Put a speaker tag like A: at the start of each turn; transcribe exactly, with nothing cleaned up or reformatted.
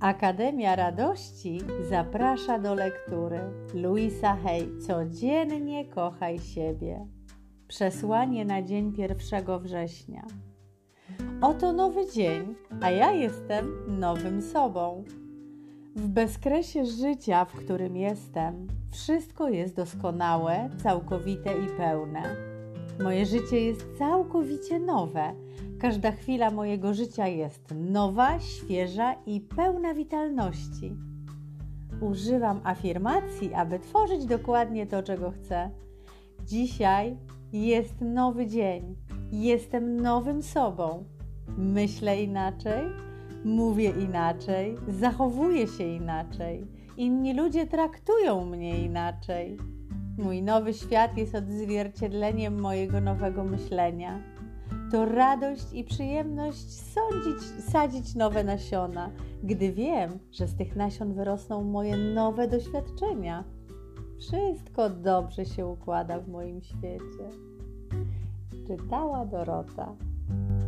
A: Akademia Radości zaprasza do lektury Louisa Hay. Codziennie kochaj siebie. Przesłanie na dzień pierwszego września. Oto nowy dzień, a ja jestem nowym sobą. W bezkresie życia, w którym jestem, wszystko jest doskonałe, całkowite i pełne. Moje życie jest całkowicie nowe. Każda chwila mojego życia jest nowa, świeża i pełna witalności. Używam afirmacji, aby tworzyć dokładnie to, czego chcę. Dzisiaj jest nowy dzień. Jestem nowym sobą. Myślę inaczej, mówię inaczej, zachowuję się inaczej. Inni ludzie traktują mnie inaczej. Mój nowy świat jest odzwierciedleniem mojego nowego myślenia. To radość i przyjemność sądzić, sadzić nowe nasiona, gdy wiem, że z tych nasion wyrosną moje nowe doświadczenia. Wszystko dobrze się układa w moim świecie. Czytała Dorota.